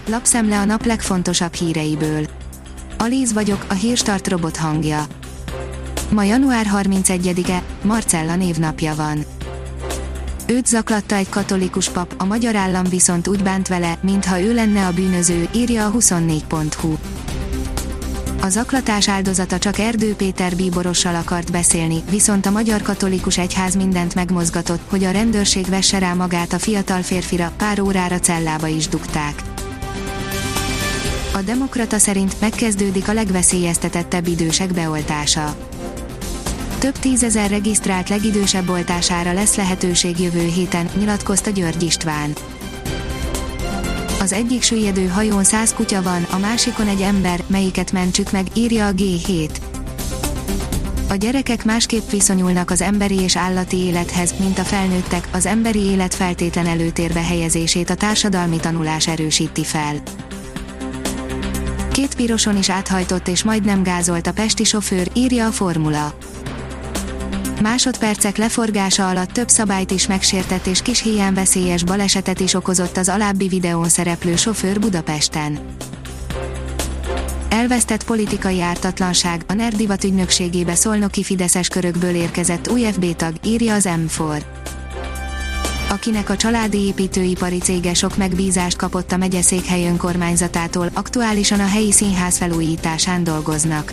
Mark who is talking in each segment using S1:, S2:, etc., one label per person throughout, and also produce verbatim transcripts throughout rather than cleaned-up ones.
S1: lapszemle a nap legfontosabb híreiből. Alíz vagyok, a Hírstart robot hangja. Ma január harmincegyedike, Marcella névnapja van. Őt zaklatta egy katolikus pap, a magyar állam viszont úgy bánt vele, mintha ő lenne a bűnöző, írja a huszonnégy pont hu. A zaklatás áldozata csak Erdő Péter bíborossal akart beszélni, viszont a magyar katolikus egyház mindent megmozgatott, hogy a rendőrség vesse rá magát a fiatal férfira, pár órára cellába is dugták. A Demokrata szerint megkezdődik a legveszélyeztetettebb idősek beoltása. Több tízezer regisztrált legidősebb oltására lesz lehetőség jövő héten, nyilatkozta György István. Az egyik süllyedő hajón száz kutya van, a másikon egy ember, melyiket mentsük meg, írja a gé hét. A gyerekek másképp viszonyulnak az emberi és állati élethez, mint a felnőttek, az emberi élet feltétlen előtérbe helyezését a társadalmi tanulás erősíti fel. Két piroson is áthajtott és majdnem gázolt a pesti sofőr, írja a Formula. Másodpercek leforgása alatt több szabályt is megsértett és kis híján veszélyes balesetet is okozott az alábbi videón szereplő sofőr Budapesten. Elvesztett politikai ártatlanság, a NER divat ügynökségébe szolnoki fideszes körökből érkezett új ef bé tag, írja az em négy. Akinek a családi építőipari cége sok megbízást kapott a megyeszékhely önkormányzatától, aktuálisan a helyi színház felújításán dolgoznak.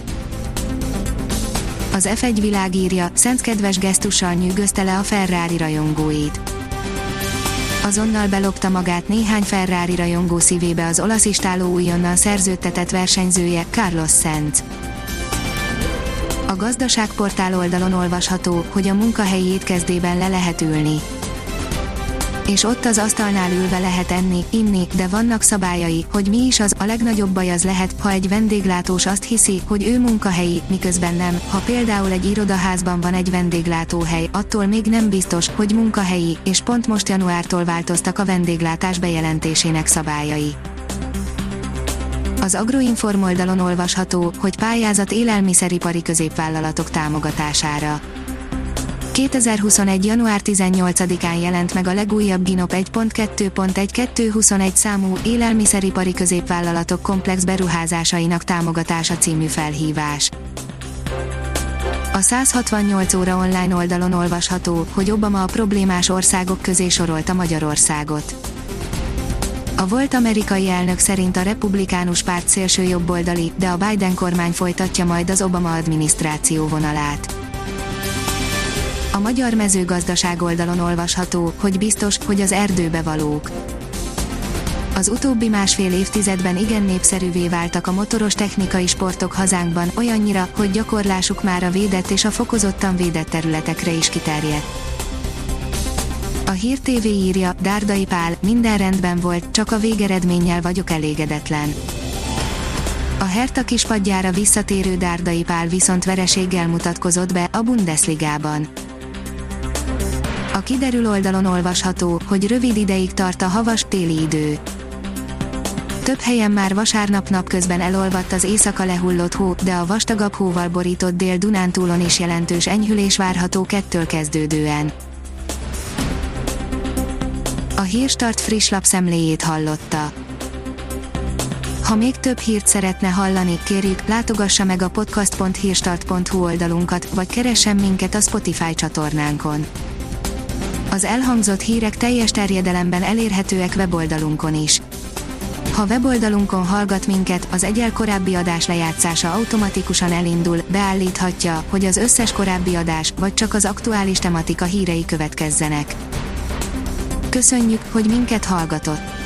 S1: Az ef egy világ írja, Szent kedves gesztussal nyűgözte le a Ferrari rajongóit. Azonnal belopta magát néhány Ferrari rajongó szívébe az olasz istáló újonnan szerződtetett versenyzője, Carlos Sainz. A gazdaságportál oldalon olvasható, hogy a munkahelyi étkezdében le lehet ülni. És ott az asztalnál ülve lehet enni, inni, de vannak szabályai, hogy mi is az, a legnagyobb baj az lehet, ha egy vendéglátós azt hiszi, hogy ő munkahelyi, miközben nem, ha például egy irodaházban van egy vendéglátóhely, attól még nem biztos, hogy munkahelyi, és pont most januártól változtak a vendéglátás bejelentésének szabályai. Az Agroinform oldalon olvasható, hogy pályázat élelmiszeripari középvállalatok támogatására. kétezer-huszonegy. január tizennyolcadikán jelent meg a legújabb Ginop egy pont kettő pont egy kettőszázhuszonegy számú élelmiszeripari középvállalatok komplex beruházásainak támogatása című felhívás. A száz hatvannyolc óra online oldalon olvasható, hogy Obama a problémás országok közé sorolta Magyarországot. A volt amerikai elnök szerint a republikánus párt szélsőjobboldali, de a Biden kormány folytatja majd az Obama adminisztráció vonalát. A magyar mezőgazdaság oldalon olvasható, hogy biztos, hogy az erdőbe valók. Az utóbbi másfél évtizedben igen népszerűvé váltak a motoros technikai sportok hazánkban, olyannyira, hogy gyakorlásuk már a védett és a fokozottan védett területekre is kiterjedt. A Hír té vé írja, Dárdai Pál, minden rendben volt, csak a végeredménnyel vagyok elégedetlen. A Hertha kispadjára visszatérő Dárdai Pál viszont vereséggel mutatkozott be a Bundesligában. A kiderül oldalon olvasható, hogy rövid ideig tart a havas, téli idő. Több helyen már vasárnap napközben elolvadt az éjszaka lehullott hó, de a vastagabb hóval borított Dél-Dunántúlon is jelentős enyhülés várható kettől kezdődően. A Hírstart friss lapszemléjét hallotta. Ha még több hírt szeretne hallani, kérjük, látogassa meg a podcast pont hírstart pont hu oldalunkat, vagy keressen minket a Spotify csatornánkon. Az elhangzott hírek teljes terjedelemben elérhetőek weboldalunkon is. Ha weboldalunkon hallgat minket, az egyel korábbi adás lejátszása automatikusan elindul, beállíthatja, hogy az összes korábbi adás, vagy csak az aktuális tematika hírei következzenek. Köszönjük, hogy minket hallgatott!